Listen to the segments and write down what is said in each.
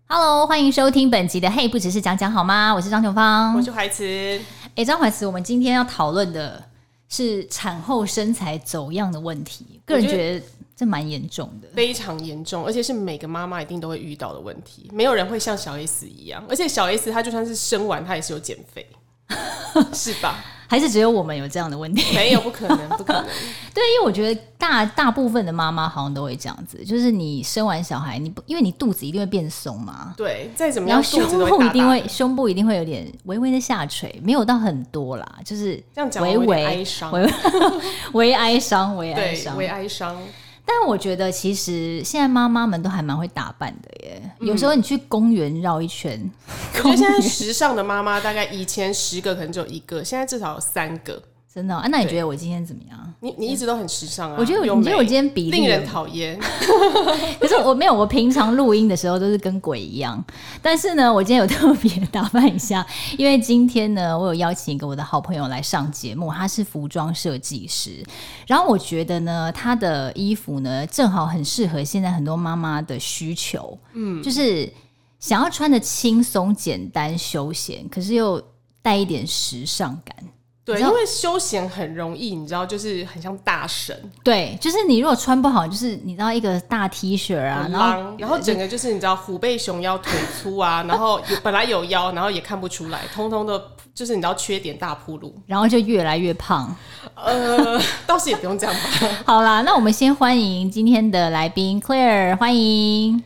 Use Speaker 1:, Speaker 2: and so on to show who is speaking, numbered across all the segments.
Speaker 1: Hello， 欢迎收听本集的嘿，不只是讲讲好吗？我是张琼芳，
Speaker 2: 我是怀慈。
Speaker 1: 张怀慈，我们今天要讨论的是产后身材走样的问题，个人觉得这蛮严重的，
Speaker 2: 非常严重，而且是每个妈妈一定都会遇到的问题。没有人会像小 S 一样，而且小 S 她就算是生完，她也是有减肥，是吧？
Speaker 1: 还是只有我们有这样的问题？
Speaker 2: 没有，不可能，不可能。
Speaker 1: 对，因为我觉得大部分的妈妈好像都会这样子，就是你生完小孩，因为你肚子一定会变松嘛，
Speaker 2: 对，再怎么样，
Speaker 1: 然后胸部一定会有点微微的下垂，没有到很多啦，就是
Speaker 2: 这样讲
Speaker 1: 微微
Speaker 2: 哀伤，
Speaker 1: 微哀伤，微哀
Speaker 2: 对，
Speaker 1: 伤，
Speaker 2: 微哀伤。
Speaker 1: 但我觉得其实现在妈妈们都还蛮会打扮的耶，有时候你去公园绕一圈，
Speaker 2: 我觉得现在时尚的妈妈大概以前10个可能只有1个，现在至少有3个。
Speaker 1: 真的那你觉得我今天怎么样？
Speaker 2: 你一直都很时尚啊，
Speaker 1: 我觉得我今天比例
Speaker 2: 令人讨厌。
Speaker 1: 可是我没有，我平常录音的时候都是跟鬼一样，但是呢，我今天有特别打扮一下，因为今天呢，我有邀请一个我的好朋友来上节目，他是服装设计师，然后我觉得呢，他的衣服呢，正好很适合现在很多妈妈的需求，就是想要穿的轻松、简单、休闲，可是又带一点时尚感。
Speaker 2: 对，因为休闲很容易，你知道，就是很像大神。
Speaker 1: 对，就是你如果穿不好，就是你知道一个大 T 恤啊，
Speaker 2: 然后整个就是你知道虎背熊腰、腿粗啊，然后本来有腰，然后也看不出来，通通的就是你知道缺点大暴露，
Speaker 1: 然后就越来越胖。
Speaker 2: 倒是也不用这样吧。
Speaker 1: 好啦，那我们先欢迎今天的来宾 Claire， 欢迎。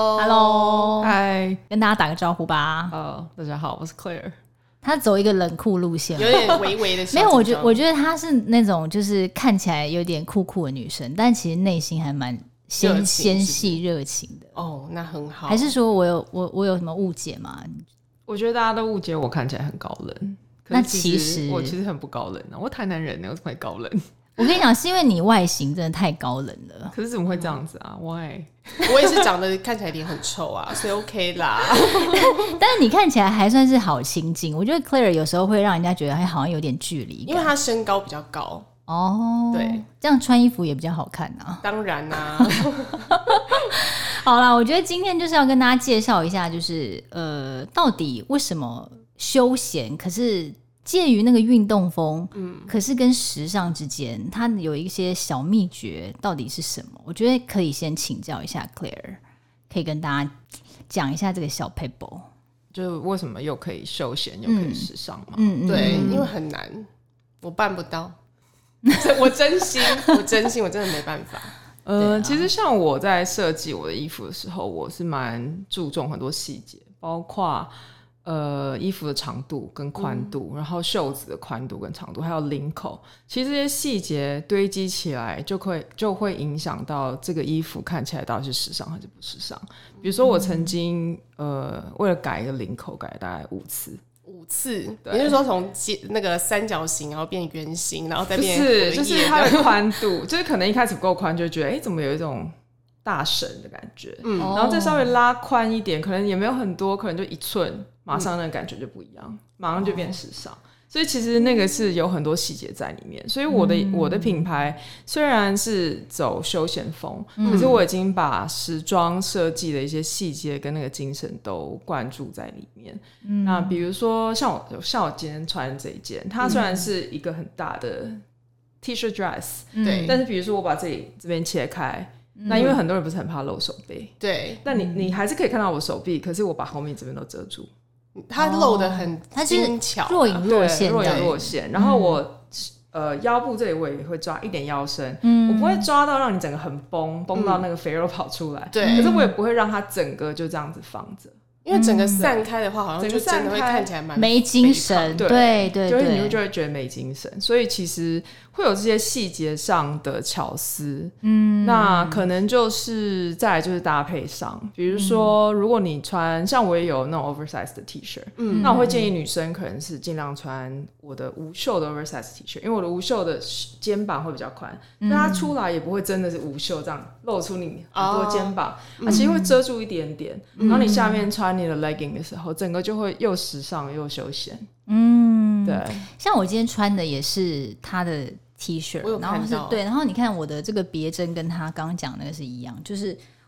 Speaker 2: Hello，
Speaker 3: 嗨，
Speaker 1: 跟大家打个招呼吧。
Speaker 3: 大家好，我是 Claire。
Speaker 1: 他走一个冷酷路线，
Speaker 2: 有点微微的小
Speaker 1: 没有，我觉得她是那种就是看起来有点酷酷的女生，但其实内心还蛮纤细热情的。
Speaker 2: 哦，那很好。
Speaker 1: 还是说我有什么误解吗？
Speaker 3: 我觉得大家都误解我看起来很高冷，
Speaker 1: 那其实
Speaker 3: 我其实很不高冷啊，我台南人呢，我怎么会高冷？
Speaker 1: 我跟你讲，是因为你外形真的太高冷了。
Speaker 3: 可是怎么会这样子啊 ？Why？
Speaker 2: 我也是长得看起来脸很臭啊，所以 OK 啦。
Speaker 1: 但是你看起来还算是好亲近，我觉得 Claire 有时候会让人家觉得好像有点距离感，
Speaker 2: 因为她身高比较高。
Speaker 1: 哦，
Speaker 2: 对，
Speaker 1: 这样穿衣服也比较好看啊。
Speaker 2: 当然啊。
Speaker 1: 好啦，我觉得今天就是要跟大家介绍一下，就是到底为什么休闲，可是介于那个运动风，可是跟时尚之间，它有一些小秘诀，到底是什么？我觉得可以先请教一下 Claire， 可以跟大家讲一下这个小 paper，
Speaker 3: 就为什么又可以休闲又可以时尚嘛？
Speaker 2: 对，因为很难，我办不到。我真心，我真的没办法。
Speaker 3: 其实像我在设计我的衣服的时候，我是蛮注重很多细节，包括衣服的长度跟宽度，然后袖子的宽度跟长度，还有领口，其实这些细节堆积起来就会影响到这个衣服看起来到底是时尚还是不时尚。比如说我曾经为了改一个领口改了大概5次。
Speaker 2: 5次，也就是说从那个三角形然后变圆形，然后再变
Speaker 3: 不是，就是它的宽度，就是可能一开始不够宽，就觉得怎么有一种大神的感觉，然后再稍微拉宽一点，可能也没有很多，可能就1寸，马上那个感觉就不一样，马上就变时尚。所以其实那个是有很多细节在里面，所以我的品牌虽然是走休闲风，可是我已经把时装设计的一些细节跟那个精神都灌注在里面。那比如说像我今天穿这一件，它虽然是一个很大的 T-shirt dress，
Speaker 2: 对，
Speaker 3: 但是比如说我把这边切开，那因为很多人不是很怕露手背，
Speaker 2: 对，
Speaker 3: 但你还是可以看到我手臂，可是我把后面这边都遮住。
Speaker 2: 它露得很精巧，
Speaker 1: 若隐若现，
Speaker 3: 若隐若现。然后我腰部这里我也会抓一点腰身，我不会抓到让你整个很绷到那个肥肉跑出来，
Speaker 2: 对。
Speaker 3: 可是我也不会让它整个就这样子放着，
Speaker 2: 因为整个散开的话，好像就真的会看起来蛮
Speaker 1: 没精神，对，
Speaker 3: 就是你就会觉得没精神。所以其实会有这些细节上的巧思，那可能就是再来就是搭配上，比如说如果你穿，像我也有那种 oversize 的 T 恤，那我会建议女生可能是尽量穿我的无袖的 oversize T 恤，因为我的无袖的肩膀会比较宽，那它出来也不会真的是无袖这样露出你很多肩膀，它其实会遮住一点点，然后你下面穿你的 legging 的时候，整个就会又时尚又休闲。对，
Speaker 1: 像我今天穿的也是他的 T 恤，然后对，然后你看我的这个别针跟他刚刚讲那个是一样，就是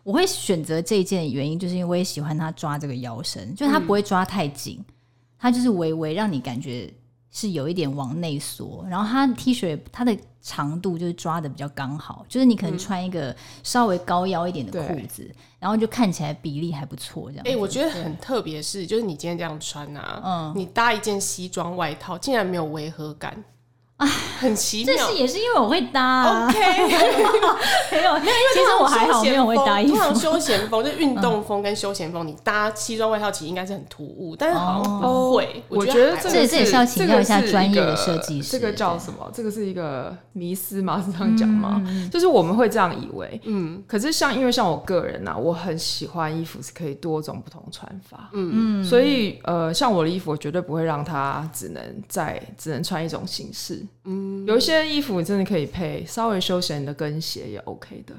Speaker 1: 我会选择这一件的原因，就是因为我也喜欢它抓这个腰身，就是它不会抓太紧，它就是微微让你感觉是有一点往内缩，然后它 T 恤它的长度就是抓的比较刚好，就是你可能穿一个稍微高腰一点的裤子，然后就看起来比例还不错这样。
Speaker 2: 我觉得很特别是，就是你今天这样穿啊，你搭一件西装外套，竟然没有违和感。很奇妙，
Speaker 1: 这是也是因为我会搭啊。
Speaker 2: OK，
Speaker 1: 没有，其实我还好，没有会搭衣服。
Speaker 2: 通常休闲风就是运动风跟休闲风，你搭西装外套其实应该是很突兀，但是好像不会。我觉得
Speaker 1: 这也是要请教一下专业的设计师。
Speaker 3: 这个叫什么？这个是一个迷思吗？是这样讲吗？就是我们会这样以为，可是因为像我个人啊，我很喜欢衣服是可以多种不同穿法，所以像我的衣服，我绝对不会让它只能穿一种形式。有一些衣服真的可以配稍微休闲的跟鞋也 OK 的。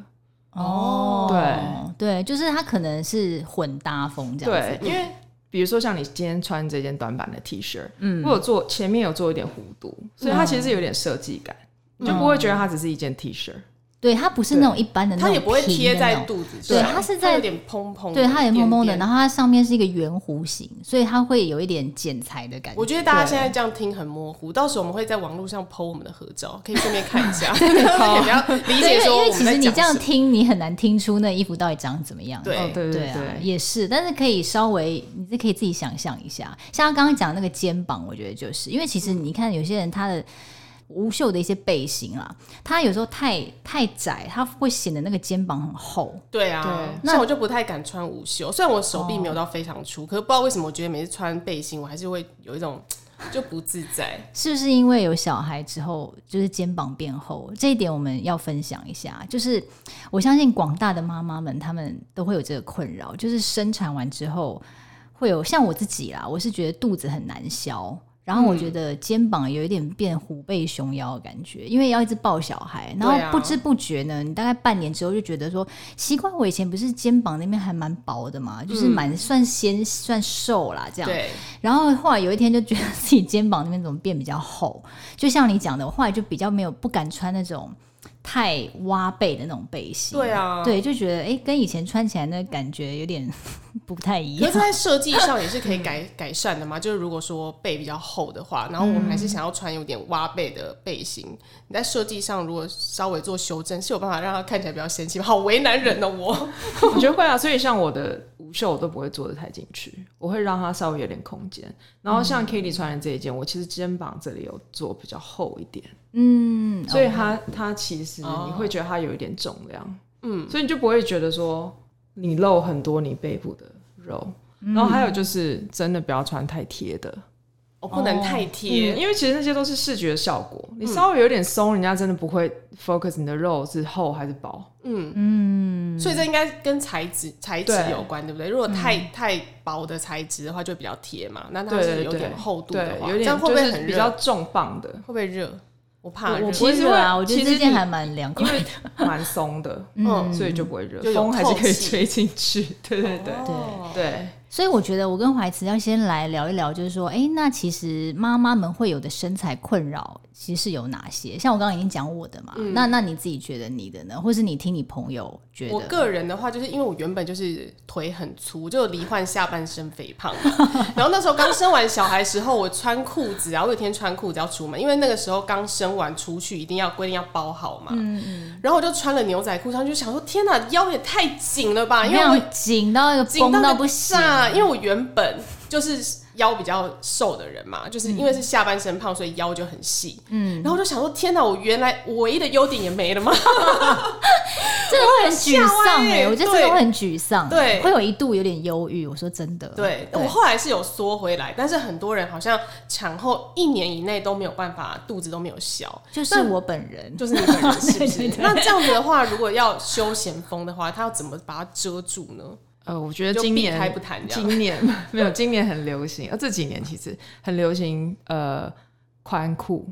Speaker 1: 对，就是它可能是混搭风这样子。
Speaker 3: 对，因为比如说像你今天穿这件短版的 T 恤，我前面有做一点弧度，所以它其实是有点设计感，你就不会觉得它只是一件 T 恤。
Speaker 1: 对，它不是那种一般的那种，
Speaker 2: 它也不会贴在肚子上，
Speaker 1: 对，它是在
Speaker 2: 有点蓬蓬，
Speaker 1: 对，它有点蓬蓬的，然后它上面是一个圆弧形，所以它会有一点剪裁的感觉。
Speaker 2: 我觉得大家现在这样听很模糊，到时候我们会在网络上 po 我们的合照，可以顺便看一下，也不要理解说我们在讲什么。因为其实
Speaker 1: 你这样听，你很难听出那衣服到底长怎么样。
Speaker 2: 对
Speaker 1: 对啊，也是，但是可以稍微，你是可以自己想象一下，像他刚刚讲那个肩膀，我觉得就是因为其实你看有些人他的无袖的一些背心啦，它有时候太窄，它会显得那个肩膀很厚。
Speaker 2: 对啊，那我就不太敢穿无袖，虽然我手臂没有到非常粗，可是不知道为什么，我觉得每次穿背心，我还是会有一种就不自在。
Speaker 1: 是不是因为有小孩之后，就是肩膀变厚？这一点我们要分享一下。就是我相信广大的妈妈们，她们都会有这个困扰，就是生产完之后会有，像我自己啦，我是觉得肚子很难消。然后我觉得肩膀有一点变虎背熊腰的感觉，因为要一直抱小孩，然后不知不觉呢，你大概半年之后就觉得说，习惯我以前不是肩膀那边还蛮薄的嘛，就是算纤算瘦啦这样。
Speaker 2: 对。
Speaker 1: 然后后来有一天就觉得自己肩膀那边怎么变比较厚，就像你讲的，我后来就比较不敢穿那种太挖背的那种背心。
Speaker 2: 对啊，
Speaker 1: 对，就觉得跟以前穿起来那感觉有点不太一样。
Speaker 2: 可是在设计上也是可以改善的嘛，就是如果说背比较厚的话，然后我们还是想要穿有点挖背的背心，你在设计上如果稍微做修正，是有办法让它看起来比较纤细吗？好为难人哦，
Speaker 3: 我觉得会啊，所以像我的无袖我都不会做得太进去，我会让它稍微有点空间。然后像 Katie 穿的这一件，我其实肩膀这里有做比较厚一点，所以它其实你会觉得它有一点重量，所以你就不会觉得说你露很多你背部的肉。然后还有就是真的不要穿太贴的，
Speaker 2: 不能太贴，
Speaker 3: 因为其实那些都是视觉效果，你稍微有点松，人家真的不会 focus 你的肉是厚还是薄。
Speaker 2: 所以这应该跟材质有关，对不对？如果太薄的材质的话，就比较贴嘛。那它是有点厚度的话，
Speaker 3: 有点
Speaker 2: 这样会不会很热？
Speaker 3: 比较重磅的，
Speaker 2: 会不会热？我怕热。
Speaker 1: 我不会热啊，我觉得这件还蛮凉快的，
Speaker 3: 蛮松的，所以就不会热，风还是可以吹进去。对。
Speaker 1: 所以我觉得我跟怀慈要先来聊一聊，就是说，那其实妈妈们会有的身材困扰其实是有哪些？像我刚刚已经讲我的嘛，那你自己觉得你的呢？或是你听你朋友觉得？
Speaker 2: 我个人的话，就是因为我原本就是腿很粗，就罹患下半身肥胖嘛。然后那时候刚生完小孩的时候，我穿裤子啊，我有天穿裤子要出门，因为那个时候刚生完出去一定要规定要包好嘛。然后我就穿了牛仔裤上去，就想说天哪，腰也太紧了吧，因为我
Speaker 1: 紧到一个绷到不行。
Speaker 2: 因为我原本就是腰比较瘦的人嘛，就是因为是下半身胖，所以腰就很细。然后我就想说，天哪，我原来我唯一的优点也没了吗？
Speaker 1: 真的会很沮丧我觉得真的会很沮丧，
Speaker 2: 对，
Speaker 1: 会有一度有点忧郁。我说真的，
Speaker 2: 对，我后来是有缩回来，但是很多人好像产后1年以内都没有办法，肚子都没有消。
Speaker 1: 就是我本人，
Speaker 2: 就是你本人，是不是？那这样子的话，如果要休闲风的话，他要怎么把它遮住呢？
Speaker 3: 我觉得今年没有，今年很流行，这几年其实很流行宽裤，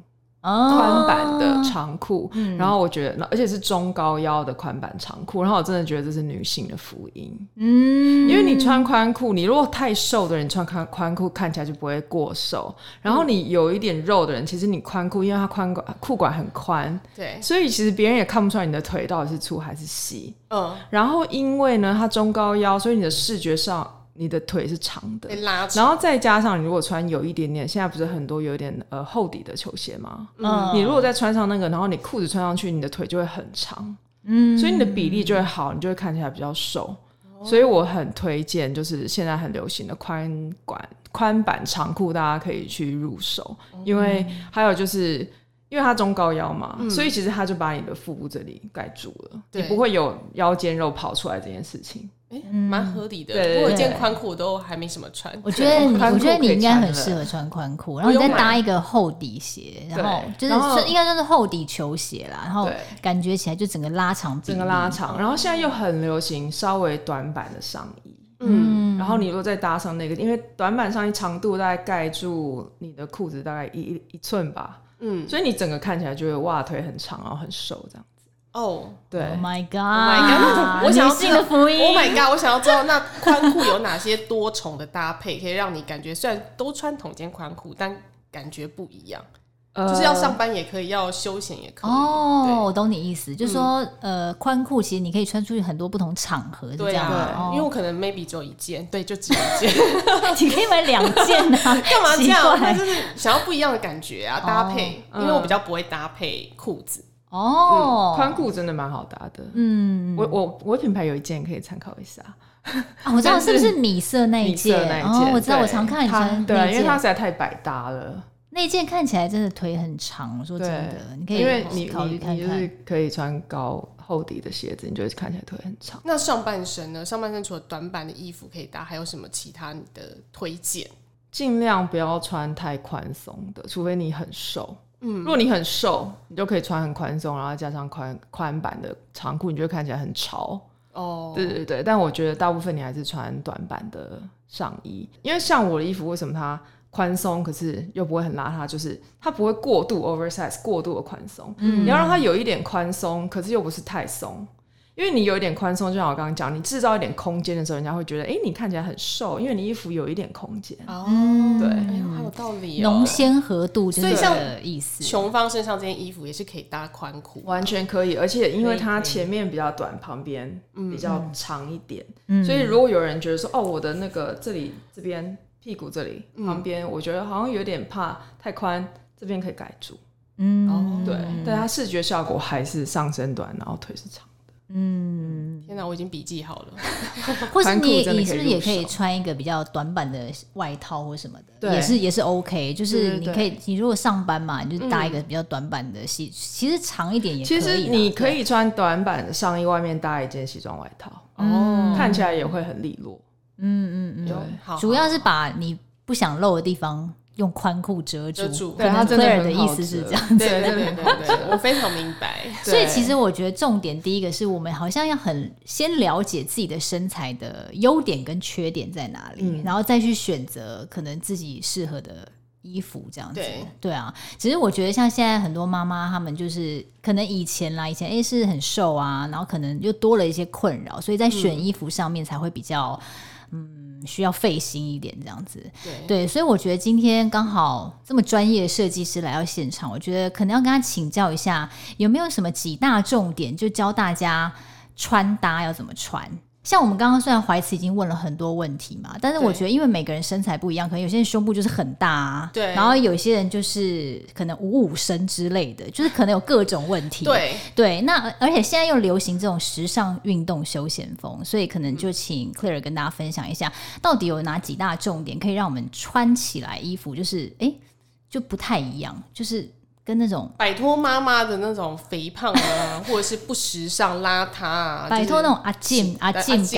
Speaker 3: 宽版的长裤，然后我觉得，而且是中高腰的宽版长裤，然后我真的觉得这是女性的福音。因为你穿宽裤，你如果太瘦的人，你穿宽裤看起来就不会过瘦。然后你有一点肉的人，其实你宽裤，因为它裤管很宽，对，所以其实别人也看不出来你的腿到底是粗还是细。然后因为呢，它中高腰，所以你的视觉上，你的腿是长的，被拉长，然后再加上你如果穿有一点点，现在不是很多有一点厚底的球鞋吗？你如果再穿上那个，然后你裤子穿上去，你的腿就会很长，所以你的比例就会好，你就会看起来比较瘦。所以我很推荐，就是现在很流行的宽版长裤，大家可以去入手，因为还有就是因为它中高腰嘛，所以其实它就把你的腹部这里盖住了，你不会有腰间肉跑出来这件事情。
Speaker 2: 蛮合理的。我有件宽裤我都还没什么穿。
Speaker 1: 我觉得你应该很适合穿宽裤，然后你再搭一个厚底鞋，然后就是应该算是厚底球鞋啦，然后感觉起来就整个拉长比例，
Speaker 3: 整个拉长。然后现在又很流行稍微短版的上衣，然后你如果再搭上那个，因为短版上衣长度大概盖住你的裤子大概一寸吧，所以你整个看起来就会哇腿很长，然后很瘦这样。对
Speaker 1: ，Oh my God，
Speaker 2: 我想要
Speaker 1: 女性的福音
Speaker 2: ，Oh my God， 我想要知道那宽裤有哪些多重的搭配，可以让你感觉虽然都穿同件宽裤，但感觉不一样。就是要上班也可以，要休闲也可以。
Speaker 1: 我懂你意思，就是说，宽裤其实你可以穿出去很多不同场合，是这样吗？
Speaker 2: 因为我可能 maybe 只有一件，对，就只有一件。
Speaker 1: 你可以买2件啊，
Speaker 2: 干嘛这样？那就是想要不一样的感觉啊，搭配。因为我比较不会搭配裤子。
Speaker 3: 宽裤真的蛮好搭的。我品牌有一件可以参考一下。
Speaker 1: 我知道是不是米色那一件？我知道，我常看你穿。
Speaker 3: 对，因为它实在太百搭了。
Speaker 1: 那件看起来真的腿很长，我说真的，你可以考虑看看。
Speaker 3: 你就是可以穿高厚底的鞋子，你就会看起来腿很长。
Speaker 2: 那上半身呢？上半身除了短版的衣服可以搭，还有什么其他你的推荐？
Speaker 3: 尽量不要穿太宽松的，除非你很瘦。如果你很瘦，你就可以穿很宽松，然后加上宽版的长裤，你就会看起来很潮。对，但我觉得大部分你还是穿短版的上衣，因为像我的衣服，为什么它宽松可是又不会很邋遢，就是它不会过度 oversize 过度的宽松，你要让它有一点宽松，可是又不是太松。因为你有一点宽松，就像我刚刚讲，你制造一点空间的时候，人家会觉得你看起来很瘦，因为你衣服有一点空间。对，
Speaker 2: 好有道理
Speaker 1: 浓鲜合度，
Speaker 2: 所以像
Speaker 1: 意思。
Speaker 2: 琼芳身上这件衣服也是可以搭宽裤，
Speaker 3: 完全可以，而且因为它前面比较短，旁边比较长一点，所以如果有人觉得说我的那个这边屁股这里旁边，我觉得好像有点怕太宽，这边可以盖住。对，但它视觉效果还是上身短，然后腿是长。
Speaker 2: 天哪，我已经笔记好了。
Speaker 1: 或是你是不是也可以穿一个比较短版的外套或什么的，也是 OK。就是你可以，你如果上班嘛，你就搭一个比较短版的其实长一点也可以。
Speaker 3: 其实你可以穿短版的上衣，外面搭一件西装外套，看起来也会很利落。
Speaker 1: 对，主要是把你不想露的地方用宽裤遮住。
Speaker 3: 对，他真的
Speaker 1: Claire 的意思是这样子。
Speaker 2: 对，我非常明白。
Speaker 1: 所以其实我觉得重点第一个是我们好像要先了解自己的身材的优点跟缺点在哪里，然后再去选择可能自己适合的衣服这样子。对啊，只是我觉得像现在很多妈妈她们就是可能以前是很瘦啊，然后可能又多了一些困扰，所以在选衣服上面才会比较需要费心一点这样子。对，所以我觉得今天刚好这么专业的设计师来到现场，我觉得可能要跟他请教一下有没有什么几大重点，就教大家穿搭要怎么穿。像我们刚刚虽然怀慈已经问了很多问题嘛，但是我觉得因为每个人身材不一样，可能有些人胸部就是很大啊，对，然后有些人就是可能55身之类的，就是可能有各种问题。对，那而且现在又流行这种时尚运动休闲风，所以可能就请 Claire 跟大家分享一下，到底有哪几大重点可以让我们穿起来衣服就是就不太一样，就是跟那种
Speaker 2: 摆脱妈妈的那种肥胖啊，或者是不时尚邋遢啊，
Speaker 1: 摆脱那种阿静感。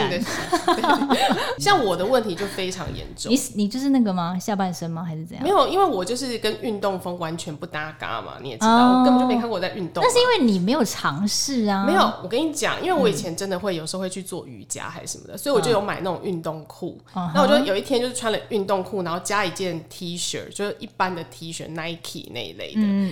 Speaker 2: 像我的问题就非常严重。
Speaker 1: 你就是那个吗？下半身吗？还是怎样？
Speaker 2: 没有，因为我就是跟运动风完全不搭嘎嘛，你也知道，我根本就没看过我在运动。
Speaker 1: 但是因为你没有尝试啊。
Speaker 2: 没有，我跟你讲，因为我以前真的会有时候会去做瑜伽还是什么的，所以我就有买那种运动裤。那我就有一天就是穿了运动裤，然后加一件 T 恤，就是一般的 T 恤 Nike 那一类的。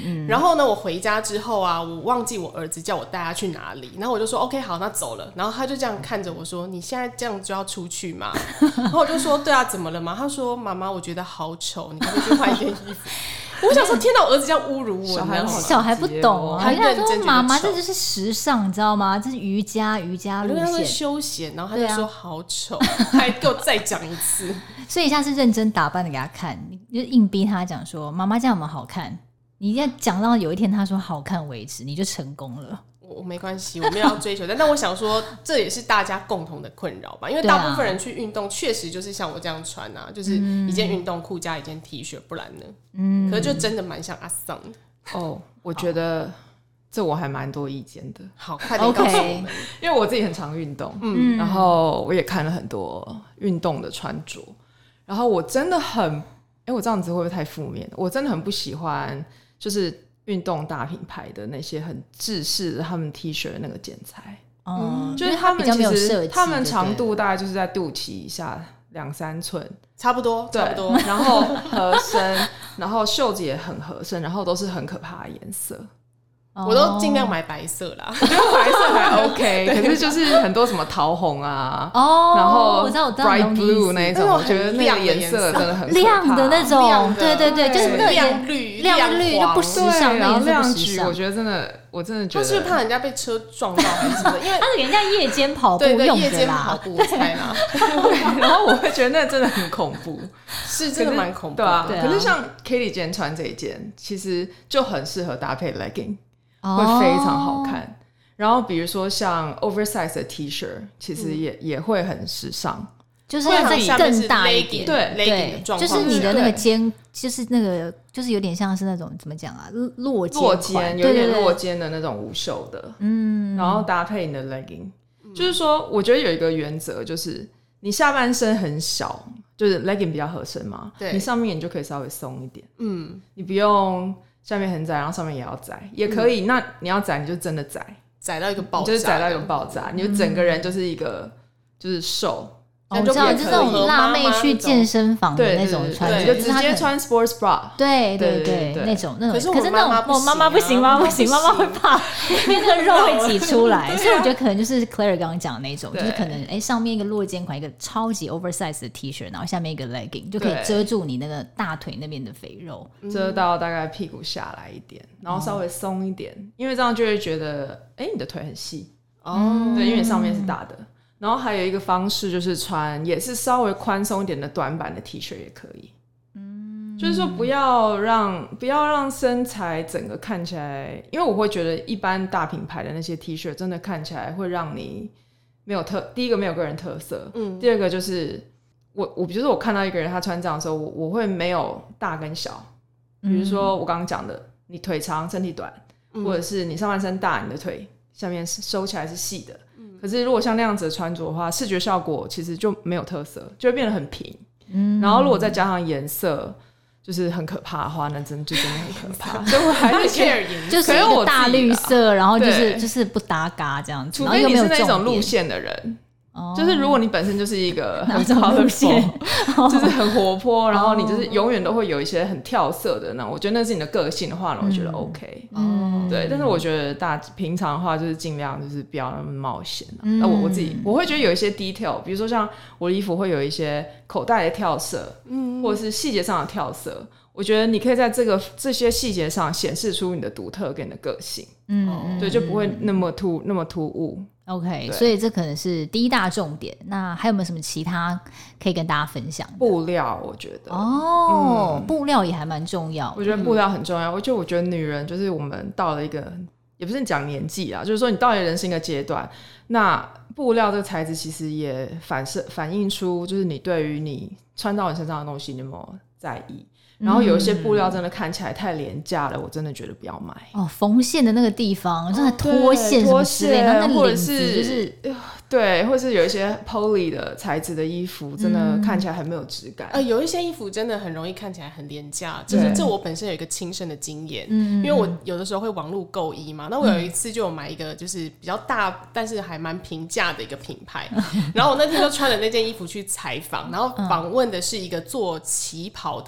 Speaker 2: 然后呢，我回家之后啊，我忘记我儿子叫我带他去哪里，然后我就说 OK 好，那走了。然后他就这样看着我说：“你现在这样就要出去吗？”然后我就说：“对啊，怎么了吗？”他说：“妈妈，我觉得好丑，你可不可以去换一件衣服？”我想说，天哪，我儿子这样侮辱我，
Speaker 1: 小孩不懂啊，
Speaker 2: 他认真
Speaker 1: 说妈妈这就是时尚，你知道吗？这是瑜伽路线，
Speaker 2: 他会休闲，然后他就说好丑，还给我再讲一次。
Speaker 1: 所以下次认真打扮的给他看，你就硬逼他讲说妈妈这样有没有好看？你一定要讲到有一天他说好看为止，你就成功了。
Speaker 2: 我没关系，我没有要追求，但我想说，这也是大家共同的困扰吧。因为大部分人去运动，确实就是像我这样穿啊，就是一件运动裤加一件 T 恤，不然呢？可是就真的蛮像阿桑的。
Speaker 3: 哦，我觉得这我还蛮多意见的。
Speaker 2: 好，快点告诉我们，
Speaker 3: 因为我自己很常运动，然后我也看了很多运动的穿着，然后我真的很，我这样子会不会太负面？我真的很不喜欢，就是运动大品牌的那些很制式的他们 T 恤的那个剪裁，就是他们其实他们长度大概就是在肚脐以下2-3寸，
Speaker 2: 差不多，
Speaker 3: 对，然后合身，然后袖子也很合身，然后都是很可怕的颜色。
Speaker 2: 我都尽量买白色啦，
Speaker 3: 我觉得白色还 OK， 可是就是很多什么桃红啊，然后 bright blue 那一种，我觉得那个颜色真的很可怕，
Speaker 1: 亮的那种，对，就是那个
Speaker 2: 亮绿
Speaker 1: 就不时尚，
Speaker 3: 然后亮橘，我觉得真的，我真的觉得
Speaker 2: 他是不是怕人家被车撞到还是什么？因为
Speaker 1: 他是给人家夜间跑步用的啦，
Speaker 2: 夜间跑步我猜啦。
Speaker 3: 然后我会觉得那真的很恐怖，
Speaker 2: 是真的蛮恐怖的，
Speaker 3: 对啊。可是像 Katie 今天穿这一件，其实就很适合搭配 legging。会非常好看，然后比如说像 oversize 的 T 恤，其实也会很时尚，
Speaker 1: 就是要再更大一点，
Speaker 2: 对，
Speaker 1: 就是你的那个肩，就是那个，就是有点像是那种怎么讲啊，落肩，
Speaker 3: 有点落肩的那种无袖的，然后搭配你的 legging，就是说，我觉得有一个原则，就是你下半身很小，就是 legging 比较合身嘛，你上面你就可以稍微松一点，你不用。下面很窄，然后上面也要窄，也可以。那你要窄，你就真的
Speaker 2: 窄到一个爆炸，
Speaker 3: 就是窄到一个爆炸，你就整个人就是一个就是瘦。
Speaker 1: 我知道，就是那种辣妹去健身房的那种穿，
Speaker 3: 你就直接穿 sports bra。
Speaker 1: 对，那种。
Speaker 2: 可是
Speaker 1: 那种我妈妈不行，妈妈会怕，因为那个肉会挤出来。所以我觉得可能就是 Claire 刚刚讲的那种，就是可能上面一个落肩款，一个超级 oversize 的 T 恤，然后下面一个 legging， 就可以遮住你那个大腿那边的肥肉，
Speaker 3: 遮到大概屁股下来一点，然后稍微松一点，因为这样就会觉得你的腿很细哦，对，因为上面是大的。然后还有一个方式就是穿也是稍微宽松一点的短版的 T 恤也可以，就是说不要让身材整个看起来，因为我会觉得一般大品牌的那些 T 恤真的看起来会让你没有第一个没有个人特色，第二个就是我比如说我看到一个人他穿这样的时候，我会没有大跟小，比如说我刚刚讲的，你腿长身体短，或者是你上半身大，你的腿下面收起来是细的。可是如果像那样子的穿着的话，视觉效果其实就没有特色，就会变得很平。然后如果再加上颜色，就是很可怕的话，那真的很可怕。所以我还是 care 颜色，
Speaker 1: 就是一个大绿色，然后就是不搭嘎这样子。
Speaker 3: 除非你是那种路线的人。就是如果你本身就是一个很 colorful 就是很活泼，然后你就是永远都会有一些很跳色的那，我觉得那是你的个性的话呢，我觉得 OK。对，但是我觉得平常的话就是尽量就是不要那么冒险。那我自己我会觉得有一些 detail， 比如说像我的衣服会有一些口袋的跳色，或者是细节上的跳色，我觉得你可以在这些细节上显示出你的独特跟你的个性，对，就不会那么突兀。
Speaker 1: OK， 所以这可能是第一大重点。那还有没有什么其他可以跟大家分享的？
Speaker 3: 布料，我觉得
Speaker 1: 布料也还蛮重要。
Speaker 3: 我觉得布料很重要。我觉得女人就是我们到了一个，也不是讲年纪啦，就是说你到了人生一个阶段，那布料这个材质其实也反映出就是你对于你穿到你身上的东西你有没有在意。然后有一些布料真的看起来太廉价了，我真的觉得不要买。缝
Speaker 1: 线的那个地方，真的脱线什么之类的，那领子就是
Speaker 3: 对，或是有一些 poly 的材质的衣服，真的看起来很没有质感。
Speaker 2: 有一些衣服真的很容易看起来很廉价，就是这我本身有一个亲身的经验，因为我有的时候会网络购衣嘛，那我有一次就有买一个就是比较大但是还蛮平价的一个品牌，然后我那天就穿了那件衣服去采访，然后访问的是一个做旗袍的时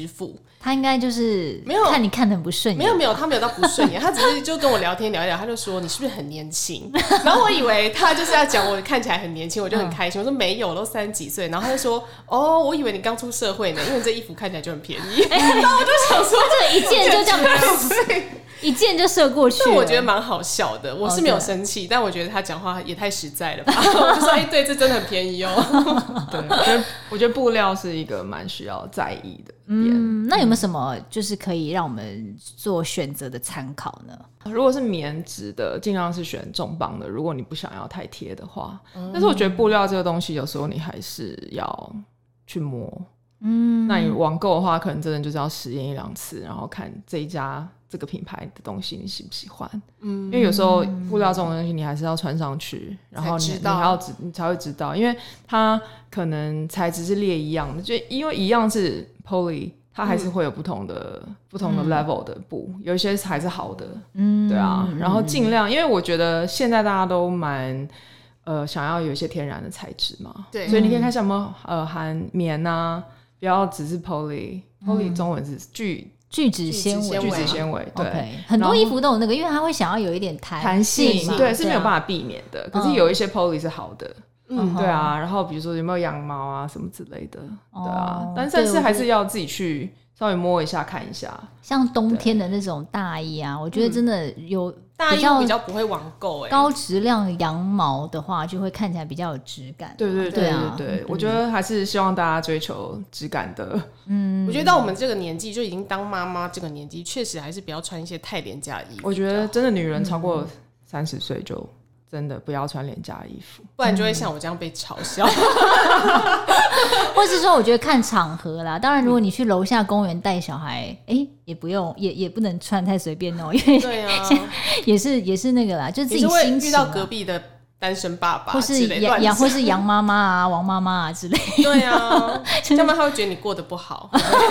Speaker 2: 师傅，
Speaker 1: 他应该就是
Speaker 2: 没有
Speaker 1: 看你看得很不顺眼，
Speaker 2: 没有，他没有到不顺眼，他只是就跟我聊天聊一聊，他就说你是不是很年轻？然后我以为他就是要讲我看起来很年轻，我就很开心。我说没有，我都30几岁。然后他就说哦，我以为你刚出社会呢，因为这衣服看起来就很便宜。然后我就想说，
Speaker 1: 这个一件就这样一箭就射过去了，
Speaker 2: 但我觉得蛮好笑的。我是没有生气，但我觉得他讲话也太实在了吧。我就说对，这真的很便宜哦。
Speaker 3: 对，我觉得布料是一个蛮需要在意的点。
Speaker 1: 那有没有什么就是可以让我们做选择的参考呢？
Speaker 3: 如果是棉质的，尽量是选重磅的。如果你不想要太贴的话，但是我觉得布料这个东西，有时候你还是要去摸。那你网购的话，可能真的就是要实验1-2次，然后看这一家这个品牌的东西你喜不喜欢。因为有时候布料这种东西你还是要穿上去，然后你才会知道，因为它可能材质是列一样的，就因为一样是 poly， 它还是会有不同的 level 的布，有一些还是好的。对啊，然后尽量，因为我觉得现在大家都蛮想要有一些天然的材质嘛，对，所以你可以看像什么含棉啊，不要只是 poly 中文是聚酯纤维，对，
Speaker 1: okay， 很多衣服都有那个，因为它会想要有一点弹性，
Speaker 3: 对，是没有办法避免的。可是有一些 poly 是好的，对啊。然后比如说有没有羊毛啊什么之类的，对啊。但是还是要自己去稍微摸一下看一下。像
Speaker 1: 冬天的那种大衣啊，我觉得真的有
Speaker 2: 大衣比较不会网购，
Speaker 1: 高质量羊毛的话就会看起来比较有质感。
Speaker 3: 对，我觉得还是希望大家追求质感的。
Speaker 2: 我觉得到我们这个年纪，就已经当妈妈这个年纪，确实还是不要穿一些太廉价的衣服。
Speaker 3: 我觉得真的女人超过30岁就真的不要穿廉价的衣服，
Speaker 2: 不然就会像我这样被嘲笑。
Speaker 1: 或是说我觉得看场合啦，当然如果你去楼下公园带小孩，也不用也不能穿太随便哦，因为
Speaker 2: 对啊，
Speaker 1: 也是那个啦，就自己心情
Speaker 2: 会遇到隔壁的单身爸爸，
Speaker 1: 或是杨妈妈啊、王妈妈啊之类的。
Speaker 2: 对啊，要不然他会觉得你过得不好。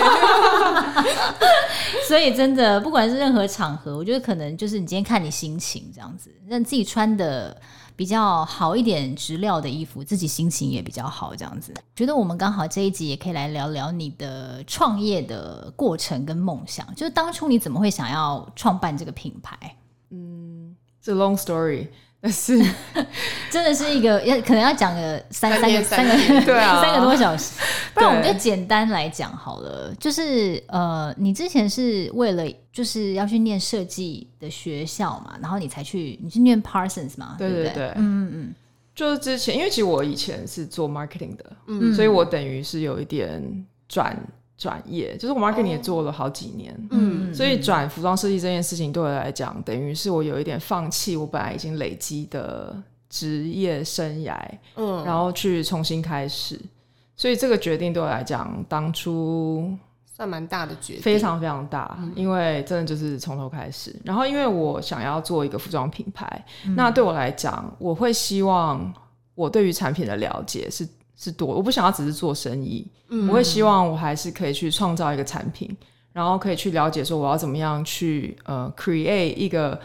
Speaker 1: 所以真的不管是任何场合，我觉得可能就是你今天看你心情这样子，让自己穿的比较好一点质料的衣服，自己心情也比较好这样子。觉得我们刚好这一集也可以来聊聊你的创业的过程跟梦想，就是当初你怎么会想要创办这个品牌？
Speaker 3: 是 long story， 但是
Speaker 1: 真的是一个可能要讲个三个
Speaker 3: 对啊
Speaker 1: 3个多小时，不然我们就简单来讲好了。就是你之前是为了就是要去念设计的学校嘛，然后你去念 Parsons 嘛，对不对？
Speaker 3: 就是之前因为其实我以前是做 marketing 的，所以我等于是有一点转业，就是我 marketing 也做了好几年，所以转服装设计这件事情对我来讲，等于是我有一点放弃我本来已经累积的职业生涯，然后去重新开始，所以这个决定对我来讲，当初
Speaker 2: 算蛮大的决定，
Speaker 3: 非常非常大，因为真的就是从头开始。然后因为我想要做一个服装品牌，那对我来讲，我会希望我对于产品的了解是多，我不想要只是做生意，我会希望我还是可以去创造一个产品，然后可以去了解说我要怎么样去create 一个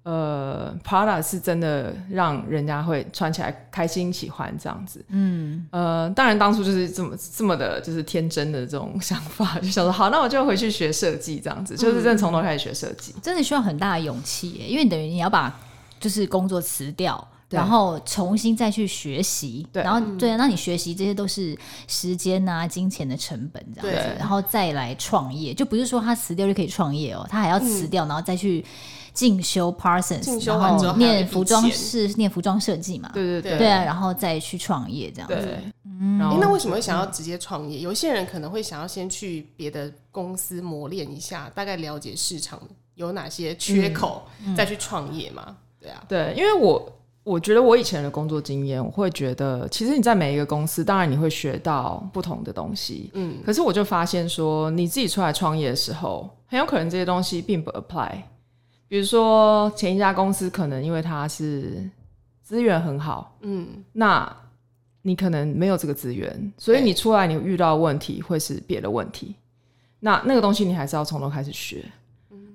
Speaker 3: product 是真的让人家会穿起来开心喜欢这样子。当然当初就是这么的就是天真的这种想法，就想说好，那我就回去学设计这样子，就是真的从头开始学设计，
Speaker 1: 真的需要很大的勇气耶，因为等于你要把就是工作辞掉，然后重新再去学习，然后那你学习这些都是时间啊、金钱的成本这样子，然后再来创业，就不是说他辞掉就可以创业哦，他还要辞掉，然后再去进修 Parsons， 然后念服装设计嘛，对啊，然后再去创业这样子。
Speaker 2: 那为什么会想要直接创业？有些人可能会想要先去别的公司磨练一下，大概了解市场有哪些缺口，再去创业嘛。对啊，
Speaker 3: 对，因为我觉得我以前的工作经验，我会觉得其实你在每一个公司当然你会学到不同的东西，可是我就发现说你自己出来创业的时候，很有可能这些东西并不 apply。 比如说前一家公司可能因为它是资源很好，那你可能没有这个资源，所以你出来你遇到的问题会是别的问题，那个东西你还是要从头开始学。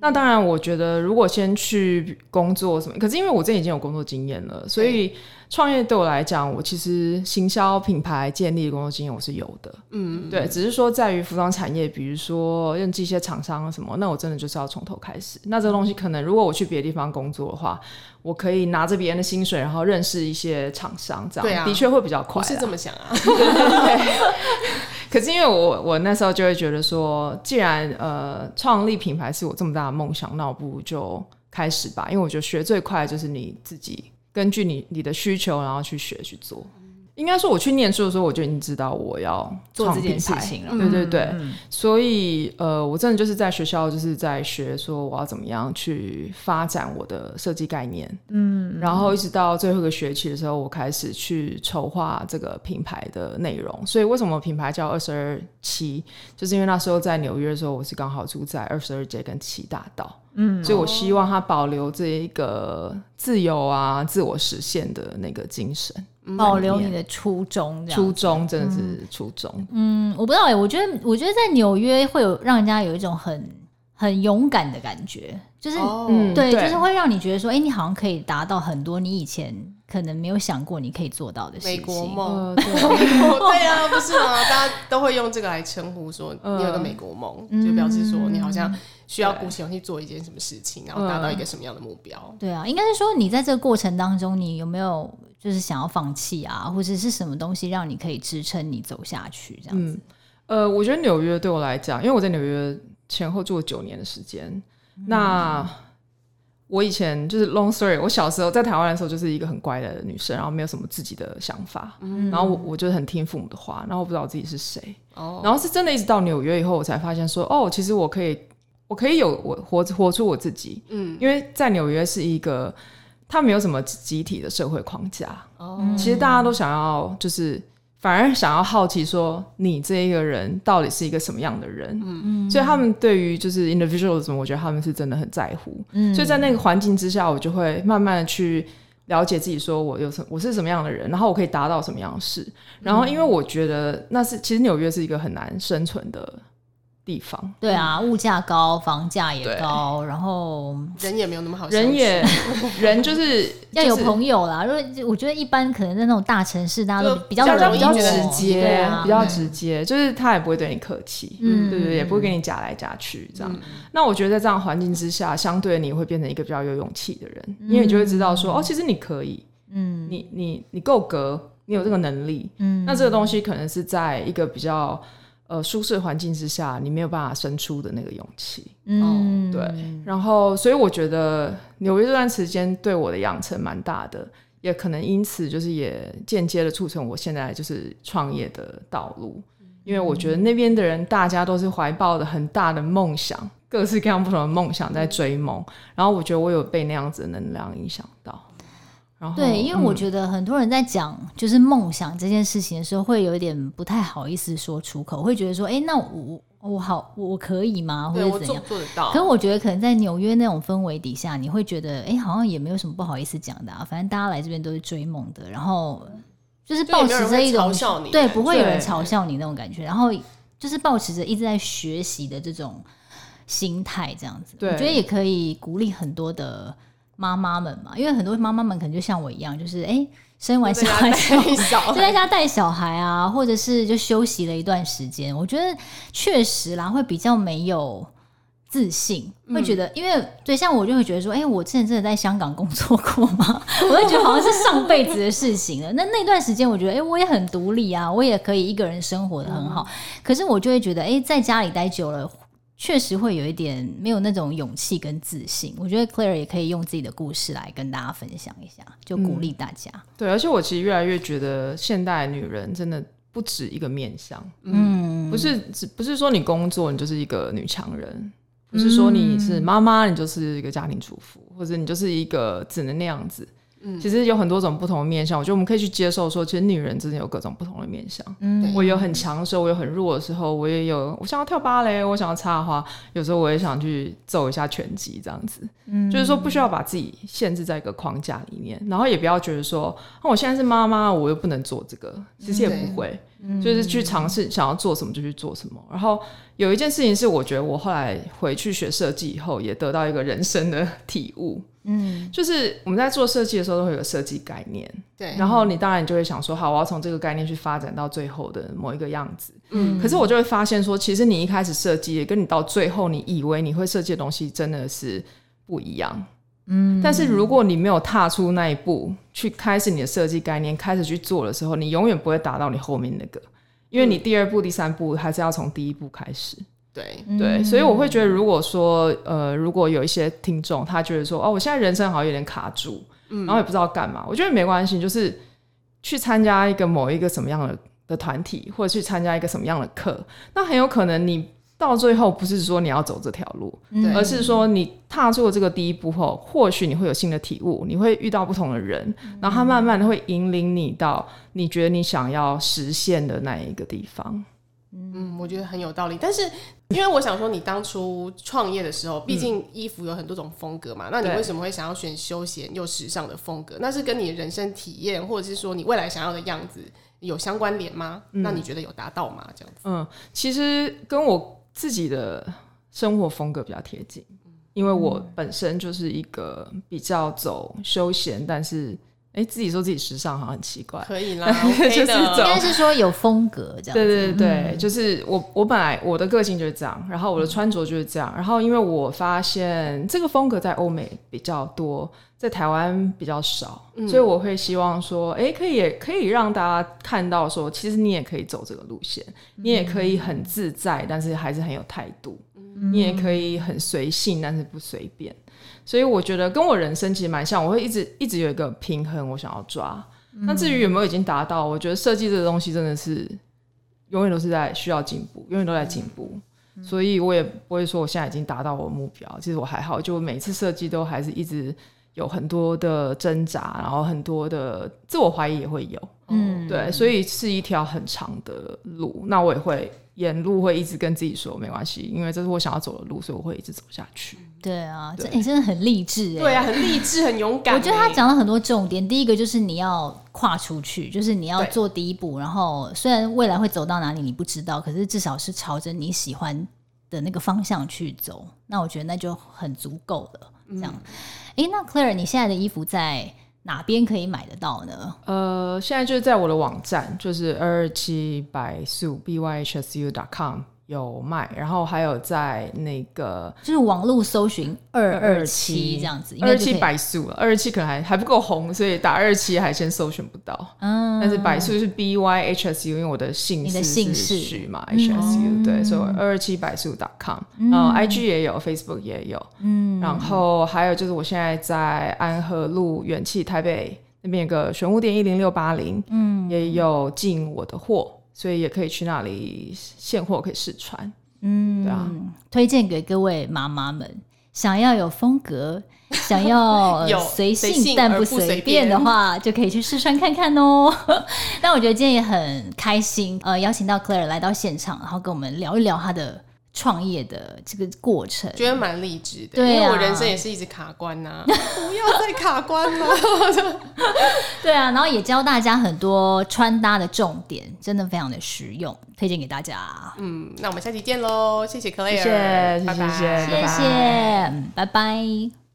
Speaker 3: 那当然我觉得如果先去工作什么，可是因为我这已经有工作经验了，所以创业对我来讲，我其实行销品牌建立的工作经验我是有的，对，只是说在于服装产业，比如说认识一些厂商什么，那我真的就是要从头开始。那这个东西可能如果我去别的地方工作的话，我可以拿着别人的薪水，然后认识一些厂商，这样的确会比较快。
Speaker 2: 我是这么想啊，
Speaker 3: 对。可是因为我那时候就会觉得说，既然创立品牌是我这么大的梦想，那我不如就开始吧。因为我觉得学最快的就是你自己根据你的需求，然后去学去做。应该说我去念书的时候，我就已经知道我要
Speaker 1: 做这件事情了。
Speaker 3: 对对对，所以我真的就是在学校就是在学说我要怎么样去发展我的设计概念，然后一直到最后一个学期的时候，我开始去筹划这个品牌的内容。所以为什么品牌叫227，就是因为那时候在纽约的时候，我是刚好住在22街跟7大道。所以我希望它保留这一个自由啊、自我实现的那个精神，
Speaker 1: 保留你的初衷，
Speaker 3: 初衷真的是初衷。
Speaker 1: 我不知道我觉得在纽约会有让人家有一种很勇敢的感觉，就是对，就是会让你觉得说，你好像可以达到很多你以前可能没有想过你可以做到的事情。
Speaker 2: 美国梦，对啊，不是吗？大家都会用这个来称呼说你有个美国梦，就表示说你好像需要鼓起勇气做一件什么事情，然后达到一个什么样的目标。
Speaker 1: 对啊，应该是说你在这个过程当中，你有没有就是想要放弃啊，或者是什么东西让你可以支撑你走下去这样子？
Speaker 3: 我觉得纽约对我来讲，因为我在纽约前后住了9年的时间，那我以前就是 long story， 我小时候在台湾的时候就是一个很乖的女生，然后没有什么自己的想法，然后我就很听父母的话，然后我不知道我自己是谁，然后是真的一直到纽约以后，我才发现说，其实我可以有我活出我自己，因为在纽约是一个它没有什么集体的社会框架，其实大家都想要就是反而想要好奇说你这一个人到底是一个什么样的人，所以他们对于就是 individualism 我觉得他们是真的很在乎，所以在那个环境之下，我就会慢慢的去了解自己，说我是什么样的人，然后我可以达到什么样的事，然后因为我觉得其实纽约是一个很难生存的地方，
Speaker 1: 对啊，物价高，房价也高，然后
Speaker 2: 人也没有那么好相处，
Speaker 3: 人就是
Speaker 1: 要有朋友啦。我觉得一般可能在那种大城市，大家都比较
Speaker 3: 直接，
Speaker 1: 对啊，
Speaker 3: 比较直接，就是他也不会对你客气，对对，也不会跟你夹来夹去这样。那我觉得在这样的环境之下，相对你会变成一个比较有勇气的人，因为你就会知道说，其实你可以，你够格，你有这个能力，那这个东西可能是在一个比较舒适的环境之下你没有办法生出的那个勇气，对。然后所以我觉得纽约这段时间对我的养成蛮大的，也可能因此就是也间接的促成我现在就是创业的道路，因为我觉得那边的人大家都是怀抱的很大的梦想，各式各样不同的梦想在追梦，然后我觉得我有被那样子的能量影响到。
Speaker 1: 对，因为我觉得很多人在讲就是梦想这件事情的时候，会有一点不太好意思说出口，会觉得说，那我可以吗？或者怎样？
Speaker 2: 做得到。
Speaker 1: 可是我觉得可能在纽约那种氛围底下，你会觉得，好像也没有什么不好意思讲的啊。反正大家来这边都是追梦的，然后就是抱持着一种对，不会有人嘲笑你那种感觉，然后就是抱持着一直在学习的这种心态，这样子，我觉得也可以鼓励很多的妈妈们嘛，因为很多妈妈们可能就像我一样，就是生完小孩就在家带小孩啊，或者是就休息了一段时间，我觉得确实啦会比较没有自信，会觉得因为对像我就会觉得说我之前真的在香港工作过吗？我会觉得好像是上辈子的事情了。那段时间我觉得我也很独立啊，我也可以一个人生活得很好，可是我就会觉得在家里待久了确实会有一点没有那种勇气跟自信。我觉得 Claire 也可以用自己的故事来跟大家分享一下，就鼓励大家。
Speaker 3: 对，而且我其实越来越觉得现代女人真的不止一个面向，不是说你工作你就是一个女强人，不是说你是妈妈你就是一个家庭主妇，或者你就是一个只能那样子， 其实有很多种不同的面向，我觉得我们可以去接受说，其实女人真的有各种不同的面向。我有很强的时候，我有很弱的时候，我也有我想要跳芭蕾，我想要插花，有时候我也想去奏一下拳击这样子。就是说不需要把自己限制在一个框架里面，然后也不要觉得说，我现在是妈妈，我又不能做这个，其实也不会。就是去尝试想要做什么就去做什么。然后有一件事情是我觉得我后来回去学设计以后也得到一个人生的体悟，就是我们在做设计的时候都会有设计概念，对，然后你当然你就会想说，好，我要从这个概念去发展到最后的某一个样子。可是我就会发现说，其实你一开始设计跟你到最后你以为你会设计的东西真的是不一样。但是如果你没有踏出那一步去开始你的设计概念开始去做的时候，你永远不会达到你后面那个，因为你第二步第三步还是要从第一步开始。对，所以我会觉得如果说如果有一些听众他觉得说，我现在人生好像有点卡住，然后也不知道干嘛，我觉得没关系，就是去参加某一个什么样的团体，或者去参加一个什么样的课，那很有可能你到最后不是说你要走这条路，而是说你踏出了这个第一步后，或许你会有新的体悟，你会遇到不同的人，然后他慢慢的会引领你到你觉得你想要实现的那一个地方。
Speaker 2: 我觉得很有道理。但是因为我想说你当初创业的时候，毕竟衣服有很多种风格嘛，那你为什么会想要选休闲又时尚的风格？那是跟你的人生体验或者是说你未来想要的样子有相关联吗？那你觉得有达到吗？这样子
Speaker 3: 其实跟我自己的生活风格比较贴近，因为我本身就是一个比较走休闲，但是自己说自己时尚好像很奇怪，
Speaker 2: 可以啦，OK 的，
Speaker 1: 应该是说有风格这样子。
Speaker 3: 对，就是我本来我的个性就是这样，然后我的穿着就是这样，然后因为我发现这个风格在欧美比较多，在台湾比较少，所以我会希望说可以让大家看到说其实你也可以走这个路线，你也可以很自在但是还是很有态度，你也可以很随性但是不随便。所以我觉得跟我人生其实蛮像，我会一直有一个平衡我想要抓。那至于有没有已经达到，我觉得设计这个东西真的是永远都是在需要进步，永远都在进步。所以我也不会说我现在已经达到我的目标，其实我还好，就每次设计都还是一直有很多的挣扎，然后很多的自我怀疑也会有。对，所以是一条很长的路，那我也会沿路会一直跟自己说没关系，因为这是我想要走的路，所以我会一直走下去。
Speaker 1: 对啊，真的很励志。
Speaker 2: 对啊，很励志，很勇敢。
Speaker 1: 我觉得他讲了很多重点，第一个就是你要跨出去，就是你要做第一步，然后虽然未来会走到哪里你不知道，可是至少是朝着你喜欢的那个方向去走，那我觉得那就很足够了。这样，那 Claire 你现在的衣服在哪边可以买得到呢？
Speaker 3: 现在就是在我的网站，就是227百素 byhsu.com 有卖，然后还有在那个
Speaker 1: 就是网络搜寻227这样子
Speaker 3: ，227百素了，227可能还不够红，所以打227还先搜寻不到。但是百素是 byhsu， 因为我的姓氏是许嘛，hsu，对，所以227百素 .com， 然后 IG 也有 ，Facebook 也有，然后还有就是我现在在安和路元气台北那边有个玄武店10680，也有进我的货。所以也可以去那里现货可以试穿。对啊，
Speaker 1: 推荐给各位妈妈们，想要有风格，想要随性但不随便的话，就可以去试穿看看哦。但我觉得今天也很开心，邀请到 Claire 来到现场，然后跟我们聊一聊她的创业的这个过程，
Speaker 2: 觉得蛮励志的。
Speaker 1: 对啊，
Speaker 2: 因为我人生也是一直卡关不要再卡关了。
Speaker 1: 对啊，然后也教大家很多穿搭的重点，真的非常的实用，推荐给大家。
Speaker 2: 那我们下期见喽，谢谢 Claire，
Speaker 3: 谢谢，
Speaker 2: 拜拜，
Speaker 1: 谢谢，拜拜。